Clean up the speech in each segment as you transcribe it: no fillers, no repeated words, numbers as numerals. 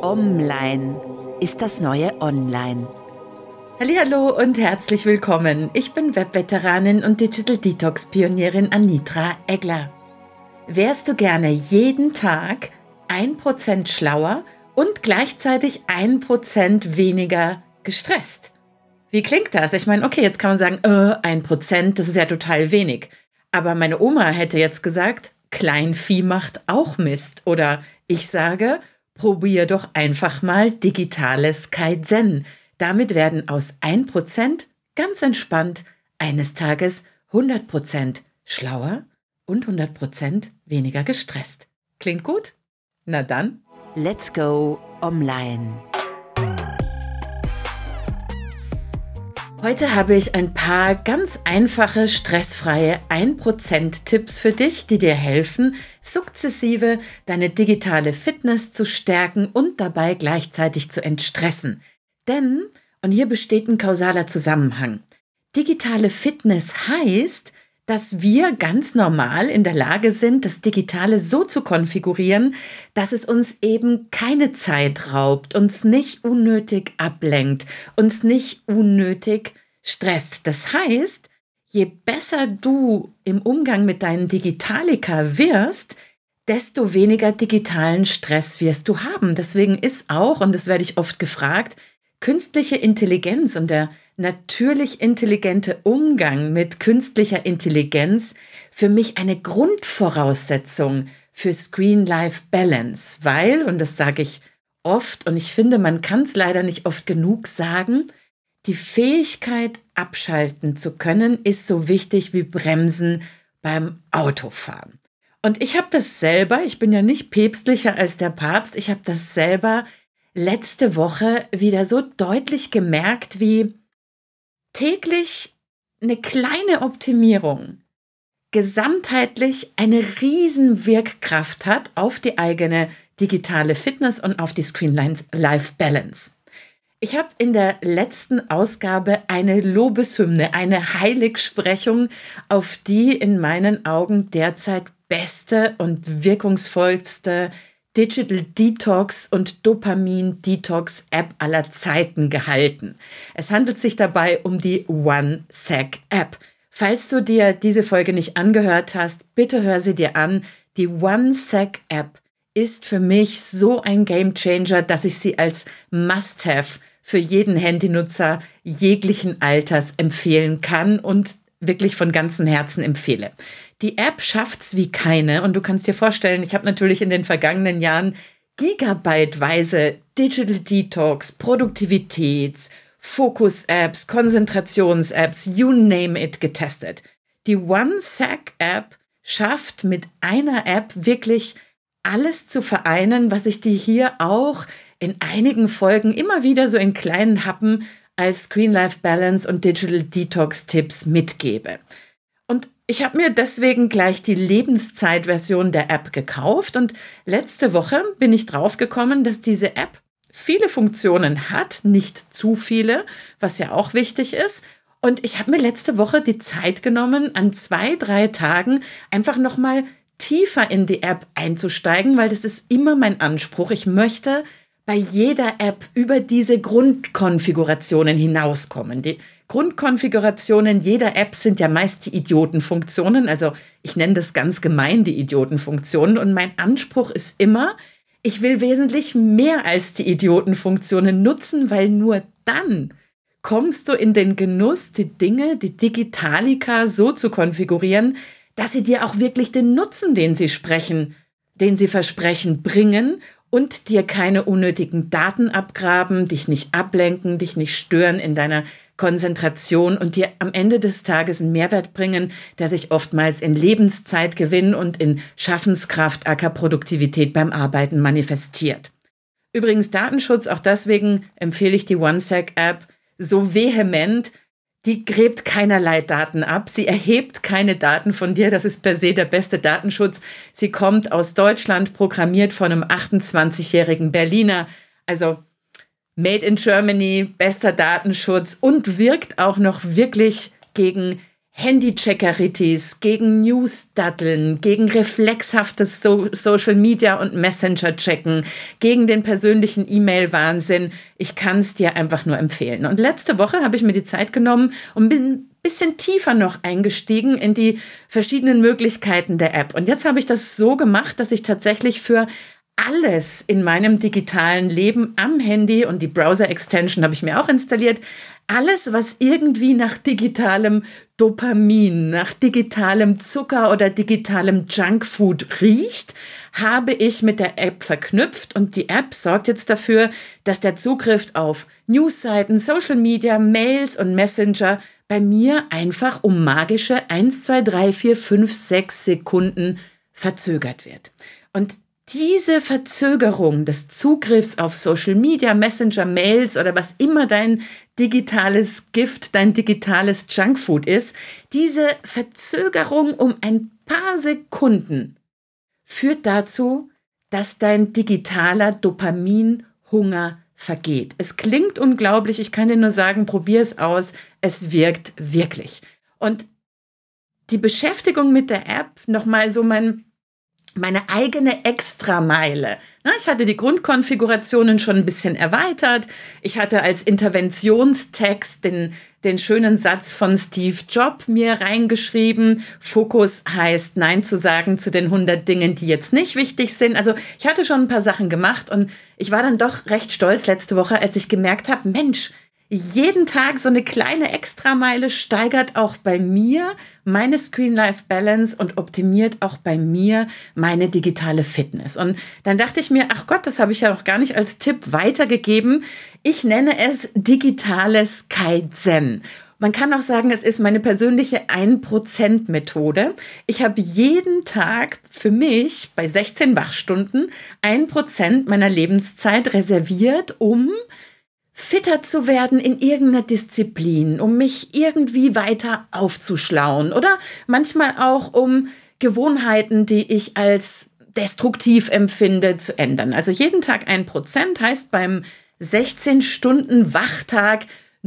Online ist das neue Online. Hallihallo und herzlich willkommen. Ich bin Webveteranin und Digital Detox Pionierin Anitra Egler. Wärst du gerne jeden Tag 1% schlauer und gleichzeitig 1% weniger gestresst? Wie klingt das? Ich meine, okay, jetzt kann man sagen, 1%, das ist ja total wenig. Aber meine Oma hätte jetzt gesagt, Kleinvieh macht auch Mist. Oder ich sage, probier doch einfach mal digitales Kaizen. Damit werden aus 1% ganz entspannt eines Tages 100% schlauer und 100% weniger gestresst. Klingt gut? Na dann. Let's go online. Heute habe ich ein paar ganz einfache, stressfreie 1%-Tipps für dich, die dir helfen, sukzessive deine digitale Fitness zu stärken und dabei gleichzeitig zu entstressen. Denn, und hier besteht ein kausaler Zusammenhang, digitale Fitness heißt, dass wir ganz normal in der Lage sind, das Digitale so zu konfigurieren, dass es uns eben keine Zeit raubt, uns nicht unnötig ablenkt, uns nicht unnötig stresst. Das heißt, je besser du im Umgang mit deinen Digitalika wirst, desto weniger digitalen Stress wirst du haben. Deswegen ist auch, und das werde ich oft gefragt, künstliche Intelligenz und der natürlich intelligente Umgang mit künstlicher Intelligenz für mich eine Grundvoraussetzung für Screen-Life-Balance, weil, und das sage ich oft und ich finde, man kann es leider nicht oft genug sagen, die Fähigkeit, abschalten zu können, ist so wichtig wie Bremsen beim Autofahren. Und ich habe das selber, ich bin ja nicht päpstlicher als der Papst, ich habe das selber letzte Woche wieder so deutlich gemerkt, wie täglich eine kleine Optimierung gesamtheitlich eine riesen Wirkkraft hat auf die eigene digitale Fitness und auf die Screen-Life-Balance. Ich habe in der letzten Ausgabe eine Lobeshymne, eine Heiligsprechung auf die in meinen Augen derzeit beste und wirkungsvollste Digital Detox und Dopamin Detox App aller Zeiten gehalten. Es handelt sich dabei um die OneSec App. Falls du dir diese Folge nicht angehört hast, bitte hör sie dir an. Die OneSec App ist für mich so ein Gamechanger, dass ich sie als Must-Have für jeden Handynutzer jeglichen Alters empfehlen kann und wirklich von ganzem Herzen empfehle. Die App schafft's wie keine und du kannst dir vorstellen, ich habe natürlich in den vergangenen Jahren gigabyteweise Digital Detox, Produktivitäts-, Fokus-Apps, Konzentrations-Apps, you name it, getestet. Die OneSec-App schafft mit einer App wirklich alles zu vereinen, was ich dir hier auch in einigen Folgen immer wieder so in kleinen Happen als Screen-Life-Balance und Digital Detox-Tipps mitgebe. Und ich habe mir deswegen gleich die Lebenszeit-Version der App gekauft und letzte Woche bin ich draufgekommen, dass diese App viele Funktionen hat, nicht zu viele, was ja auch wichtig ist. Und ich habe mir letzte Woche die Zeit genommen, an 2-3 Tagen einfach nochmal tiefer in die App einzusteigen, weil das ist immer mein Anspruch. Ich möchte bei jeder App über diese Grundkonfigurationen hinauskommen. Die Grundkonfigurationen jeder App sind ja meist die Idiotenfunktionen, also ich nenne das ganz gemein die Idiotenfunktionen und mein Anspruch ist immer, ich will wesentlich mehr als die Idiotenfunktionen nutzen, weil nur dann kommst du in den Genuss, die Dinge, die Digitalika so zu konfigurieren, dass sie dir auch wirklich den Nutzen, den sie versprechen, bringen und dir keine unnötigen Daten abgraben, dich nicht ablenken, dich nicht stören in deiner Konzentration und dir am Ende des Tages einen Mehrwert bringen, der sich oftmals in Lebenszeitgewinn und in Schaffenskraft, aka Produktivität beim Arbeiten manifestiert. Übrigens Datenschutz, auch deswegen empfehle ich die OneSec-App so vehement. Die gräbt keinerlei Daten ab, sie erhebt keine Daten von dir, das ist per se der beste Datenschutz. Sie kommt aus Deutschland, programmiert von einem 28-jährigen Berliner, also Made in Germany, bester Datenschutz und wirkt auch noch wirklich gegen Handy-Checkeritis, gegen News-Datteln, gegen reflexhaftes Social Media und Messenger-Checken, gegen den persönlichen E-Mail-Wahnsinn. Ich kann es dir einfach nur empfehlen. Und letzte Woche habe ich mir die Zeit genommen und bin ein bisschen tiefer noch eingestiegen in die verschiedenen Möglichkeiten der App. Und jetzt habe ich das so gemacht, dass ich tatsächlich für alles in meinem digitalen Leben am Handy, und die Browser-Extension habe ich mir auch installiert, alles, was irgendwie nach digitalem Dopamin, nach digitalem Zucker oder digitalem Junkfood riecht, habe ich mit der App verknüpft. Und die App sorgt jetzt dafür, dass der Zugriff auf Newsseiten, Social Media, Mails und Messenger bei mir einfach um magische 1, 2, 3, 4, 5, 6 Sekunden verzögert wird. Und diese Verzögerung des Zugriffs auf Social Media, Messenger, Mails oder was immer dein digitales Gift, dein digitales Junkfood ist, diese Verzögerung um ein paar Sekunden führt dazu, dass dein digitaler Dopaminhunger vergeht. Es klingt unglaublich, ich kann dir nur sagen, probier es aus, es wirkt wirklich. Und die Beschäftigung mit der App, nochmal so meine eigene Extrameile. Ich hatte die Grundkonfigurationen schon ein bisschen erweitert. Ich hatte als Interventionstext den schönen Satz von Steve Jobs mir reingeschrieben. Fokus heißt, Nein zu sagen zu den 100 Dingen, die jetzt nicht wichtig sind. Also ich hatte schon ein paar Sachen gemacht und ich war dann doch recht stolz letzte Woche, als ich gemerkt habe, Mensch, jeden Tag so eine kleine Extrameile steigert auch bei mir meine Screen-Life-Balance und optimiert auch bei mir meine digitale Fitness. Und dann dachte ich mir, ach Gott, das habe ich ja noch gar nicht als Tipp weitergegeben. Ich nenne es digitales Kaizen. Man kann auch sagen, es ist meine persönliche 1%-Methode. Ich habe jeden Tag für mich bei 16 Wachstunden 1% meiner Lebenszeit reserviert, um fitter zu werden in irgendeiner Disziplin, um mich irgendwie weiter aufzuschlauen oder manchmal auch um Gewohnheiten, die ich als destruktiv empfinde, zu ändern. Also jeden Tag 1% heißt beim 16-Stunden-Wachtag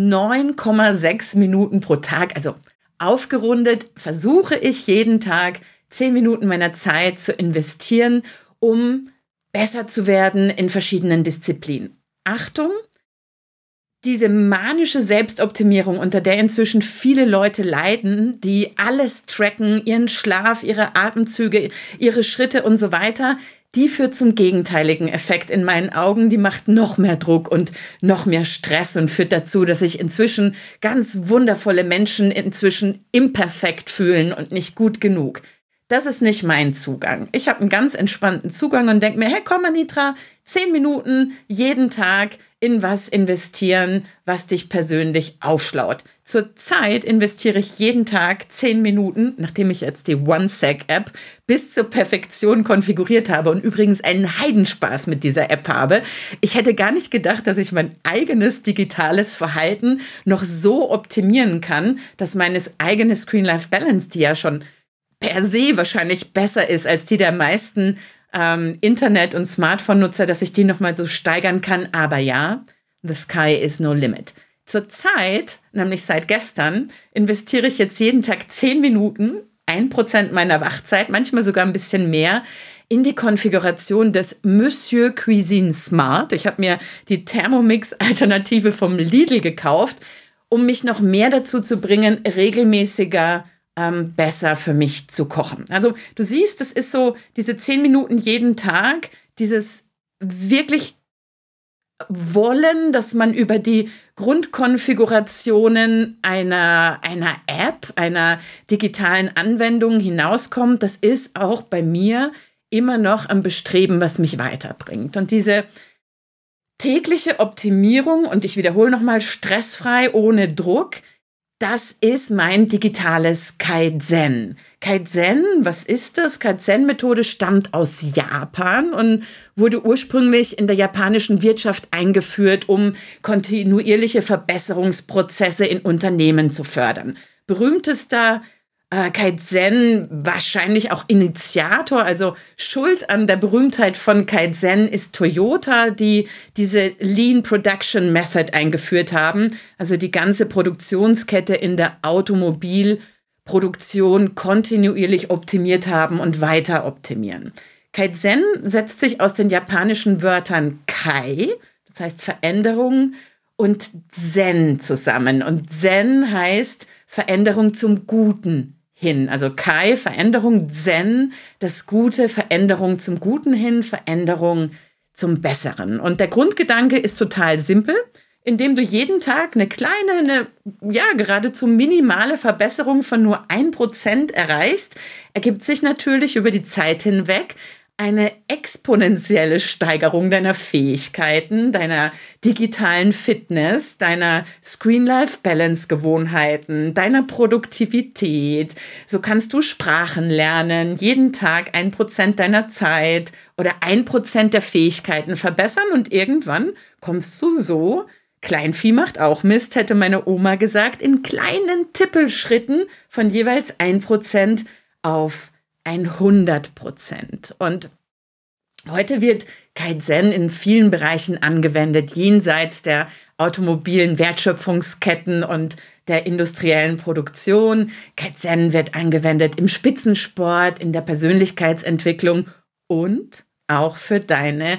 9,6 Minuten pro Tag. Also aufgerundet versuche ich jeden Tag 10 Minuten meiner Zeit zu investieren, um besser zu werden in verschiedenen Disziplinen. Achtung! Diese manische Selbstoptimierung, unter der inzwischen viele Leute leiden, die alles tracken, ihren Schlaf, ihre Atemzüge, ihre Schritte und so weiter, die führt zum gegenteiligen Effekt in meinen Augen. Die macht noch mehr Druck und noch mehr Stress und führt dazu, dass sich inzwischen ganz wundervolle Menschen inzwischen imperfekt fühlen und nicht gut genug. Das ist nicht mein Zugang. Ich habe einen ganz entspannten Zugang und denke mir, hey komm Anitra, 10 Minuten jeden Tag in was investieren, was dich persönlich aufschlaut. Zurzeit investiere ich jeden Tag 10 Minuten, nachdem ich jetzt die OneSec-App bis zur Perfektion konfiguriert habe und übrigens einen Heidenspaß mit dieser App habe. Ich hätte gar nicht gedacht, dass ich mein eigenes digitales Verhalten noch so optimieren kann, dass meine eigene Screen-Life-Balance, die ja schon per se wahrscheinlich besser ist als die der meisten Internet- und Smartphone-Nutzer, dass ich die nochmal so steigern kann. Aber ja, the sky is no limit. Zurzeit, nämlich seit gestern, investiere ich jetzt jeden Tag 10 Minuten, 1% meiner Wachzeit, manchmal sogar ein bisschen mehr, in die Konfiguration des Monsieur Cuisine Smart. Ich habe mir die Thermomix-Alternative vom Lidl gekauft, um mich noch mehr dazu zu bringen, regelmäßiger besser für mich zu kochen. Also du siehst, es ist so diese 10 Minuten jeden Tag, dieses wirklich Wollen, dass man über die Grundkonfigurationen einer App, einer digitalen Anwendung hinauskommt. Das ist auch bei mir immer noch ein Bestreben, was mich weiterbringt. Und diese tägliche Optimierung, und ich wiederhole nochmal, stressfrei, ohne Druck, das ist mein digitales Kaizen. Kaizen, was ist das? Kaizen-Methode stammt aus Japan und wurde ursprünglich in der japanischen Wirtschaft eingeführt, um kontinuierliche Verbesserungsprozesse in Unternehmen zu fördern. Berühmtester Kaizen, wahrscheinlich auch Initiator, also Schuld an der Berühmtheit von Kaizen ist Toyota, die diese Lean Production Method eingeführt haben, also die ganze Produktionskette in der Automobilproduktion Produktion kontinuierlich optimiert haben und weiter optimieren. Kaizen setzt sich aus den japanischen Wörtern Kai, das heißt Veränderung, und Zen zusammen. Und Zen heißt Veränderung zum Guten hin. Also Kai, Veränderung, Zen, das Gute, Veränderung zum Guten hin, Veränderung zum Besseren. Und der Grundgedanke ist total simpel. Indem du jeden Tag eine kleine, geradezu minimale Verbesserung von nur 1% erreichst, ergibt sich natürlich über die Zeit hinweg eine exponentielle Steigerung deiner Fähigkeiten, deiner digitalen Fitness, deiner Screen-Life-Balance-Gewohnheiten, deiner Produktivität. So kannst du Sprachen lernen, jeden Tag 1% deiner Zeit oder 1% der Fähigkeiten verbessern und irgendwann kommst du so, Kleinvieh macht auch Mist, hätte meine Oma gesagt, in kleinen Tippelschritten von jeweils 1% auf 100%. Und heute wird Kaizen in vielen Bereichen angewendet, jenseits der automobilen Wertschöpfungsketten und der industriellen Produktion. Kaizen wird angewendet im Spitzensport, in der Persönlichkeitsentwicklung und auch für deine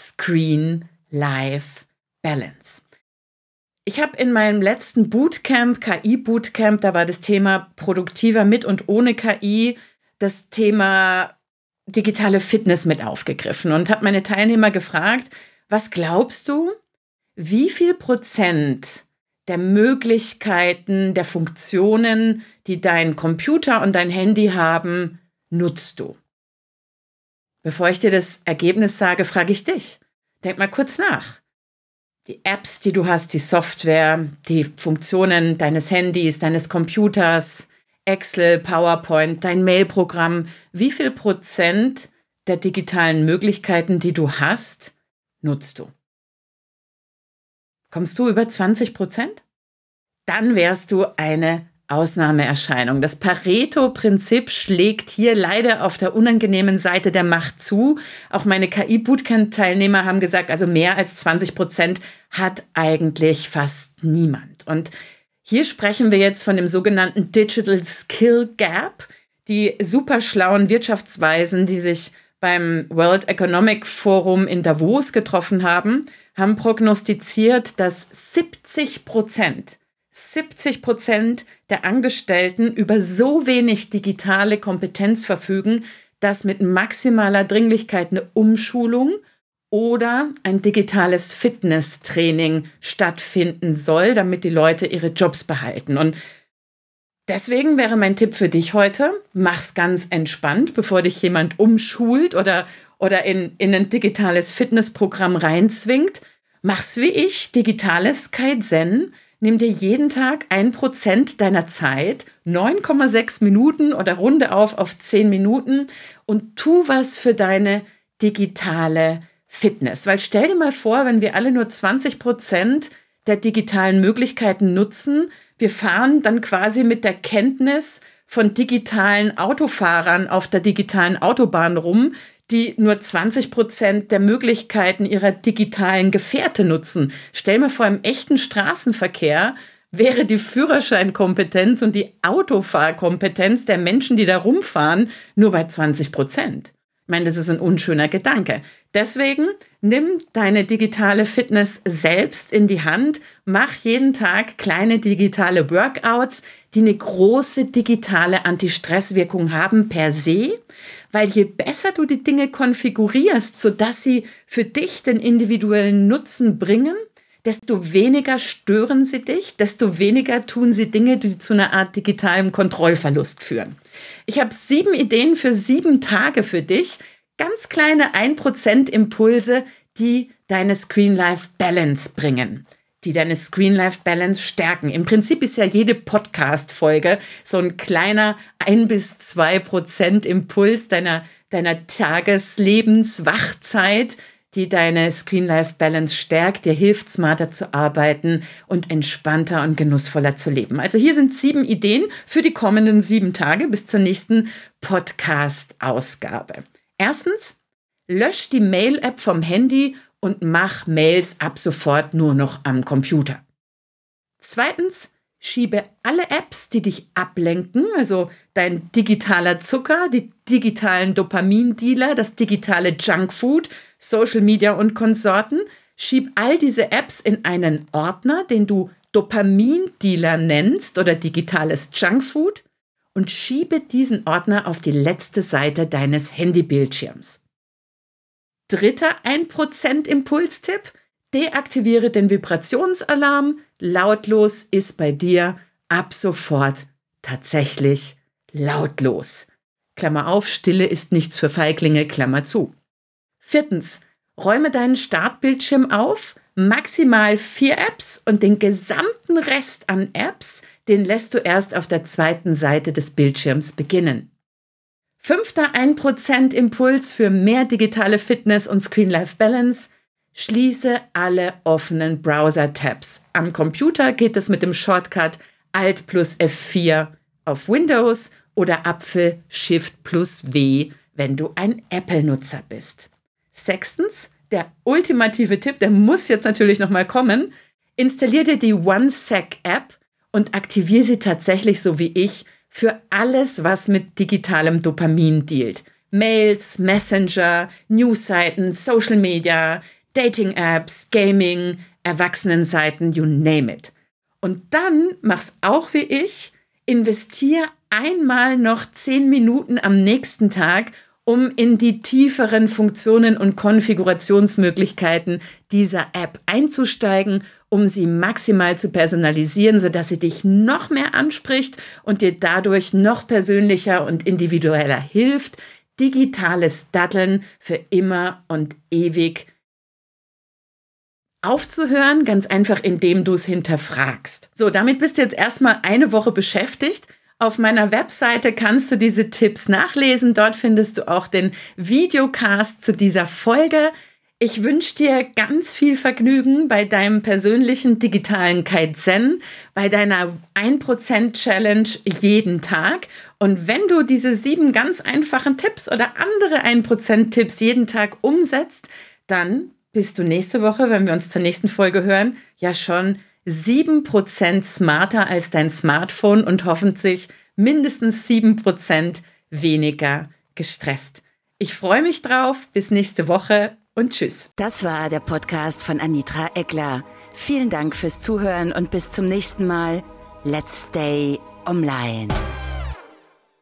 Screen-Life-Balance. Ich habe in meinem letzten Bootcamp, KI-Bootcamp, da war das Thema produktiver mit und ohne KI, das Thema digitale Fitness mit aufgegriffen und habe meine Teilnehmer gefragt, was glaubst du, wie viel Prozent der Möglichkeiten, der Funktionen, die dein Computer und dein Handy haben, nutzt du? Bevor ich dir das Ergebnis sage, frage ich dich. Denk mal kurz nach. Die Apps, die du hast, die Software, die Funktionen deines Handys, deines Computers, Excel, PowerPoint, dein Mailprogramm, wie viel Prozent der digitalen Möglichkeiten, die du hast, nutzt du? Kommst du über 20%? Dann wärst du eine Ausnahmeerscheinung. Das Pareto-Prinzip schlägt hier leider auf der unangenehmen Seite der Macht zu. Auch meine KI-Bootcamp-Teilnehmer haben gesagt, also mehr als 20% hat eigentlich fast niemand. Und hier sprechen wir jetzt von dem sogenannten Digital Skill Gap, die super schlauen Wirtschaftsweisen, die sich beim World Economic Forum in Davos getroffen haben prognostiziert, dass 70% der Angestellten über so wenig digitale Kompetenz verfügen, dass mit maximaler Dringlichkeit eine Umschulung oder ein digitales Fitnesstraining stattfinden soll, damit die Leute ihre Jobs behalten. Und deswegen wäre mein Tipp für dich heute, mach's ganz entspannt, bevor dich jemand umschult oder in ein digitales Fitnessprogramm reinzwingt. Mach's wie ich, digitales Kaizen. Nimm dir jeden Tag 1% deiner Zeit, 9,6 Minuten oder runde auf 10 Minuten und tu was für deine digitale Fitness. Weil stell dir mal vor, wenn wir alle nur 20% der digitalen Möglichkeiten nutzen, wir fahren dann quasi mit der Kenntnis von digitalen Autofahrern auf der digitalen Autobahn rum, die nur 20% der Möglichkeiten ihrer digitalen Gefährte nutzen. Stell mir vor, im echten Straßenverkehr wäre die Führerscheinkompetenz und die Autofahrkompetenz der Menschen, die da rumfahren, nur bei 20%. Ich meine, das ist ein unschöner Gedanke. Deswegen nimm deine digitale Fitness selbst in die Hand, mach jeden Tag kleine digitale Workouts, die eine große digitale Anti-Stress-Wirkung haben per se, weil je besser du die Dinge konfigurierst, sodass sie für dich den individuellen Nutzen bringen, desto weniger stören sie dich, desto weniger tun sie Dinge, die zu einer Art digitalem Kontrollverlust führen. Ich habe 7 Ideen für 7 Tage für dich, ganz kleine 1% Impulse, die deine Screen-Life-Balance bringen, die deine Screen-Life-Balance stärken. Im Prinzip ist ja jede Podcast-Folge so ein kleiner 1-2% Impuls deiner Tageslebenswachzeit, die deine Screen-Life-Balance stärkt, dir hilft, smarter zu arbeiten und entspannter und genussvoller zu leben. Also hier sind 7 Ideen für die kommenden 7 Tage bis zur nächsten Podcast-Ausgabe. Erstens, lösch die Mail-App vom Handy und mach Mails ab sofort nur noch am Computer. Zweitens, Schiebe alle Apps, die dich ablenken, also dein digitaler Zucker, die digitalen Dopamindealer, das digitale Junkfood, Social Media und Konsorten, schieb all diese Apps in einen Ordner, den du Dopamindealer nennst oder digitales Junkfood und schiebe diesen Ordner auf die letzte Seite deines Handybildschirms. Dritter 1% Impulstipp: Deaktiviere den Vibrationsalarm. Lautlos ist bei dir ab sofort tatsächlich lautlos. Klammer auf, Stille ist nichts für Feiglinge, Klammer zu. 4. Räume deinen Startbildschirm auf, maximal 4 Apps und den gesamten Rest an Apps, den lässt du erst auf der zweiten Seite des Bildschirms beginnen. 5. 1% Impuls für mehr digitale Fitness und Screen-Life-Balance: Schließe alle offenen Browser-Tabs. Am Computer geht es mit dem Shortcut Alt plus F4 auf Windows oder Apfel Shift plus W, wenn du ein Apple-Nutzer bist. 6. Der ultimative Tipp, der muss jetzt natürlich nochmal kommen: Installier dir die OneSec-App und aktiviere sie tatsächlich so wie ich für alles, was mit digitalem Dopamin dealt. Mails, Messenger, Newsseiten, Social Media, Dating-Apps, Gaming, Erwachsenenseiten, you name it. Und dann mach's auch wie ich, investier einmal noch 10 Minuten am nächsten Tag, um in die tieferen Funktionen und Konfigurationsmöglichkeiten dieser App einzusteigen, um sie maximal zu personalisieren, sodass sie dich noch mehr anspricht und dir dadurch noch persönlicher und individueller hilft, digitales Daddeln für immer und ewig aufzuhören, ganz einfach, indem du es hinterfragst. So, damit bist du jetzt erstmal eine Woche beschäftigt. Auf meiner Webseite kannst du diese Tipps nachlesen. Dort findest du auch den Videocast zu dieser Folge. Ich wünsche dir ganz viel Vergnügen bei deinem persönlichen digitalen Kaizen, bei deiner 1%-Challenge jeden Tag. Und wenn du diese 7 ganz einfachen Tipps oder andere 1%-Tipps jeden Tag umsetzt, dann bist du nächste Woche, wenn wir uns zur nächsten Folge hören, ja schon 7% smarter als dein Smartphone und hoffentlich mindestens 7% weniger gestresst. Ich freue mich drauf. Bis nächste Woche und tschüss. Das war der Podcast von Anitra Eckler. Vielen Dank fürs Zuhören und bis zum nächsten Mal. Let's stay online.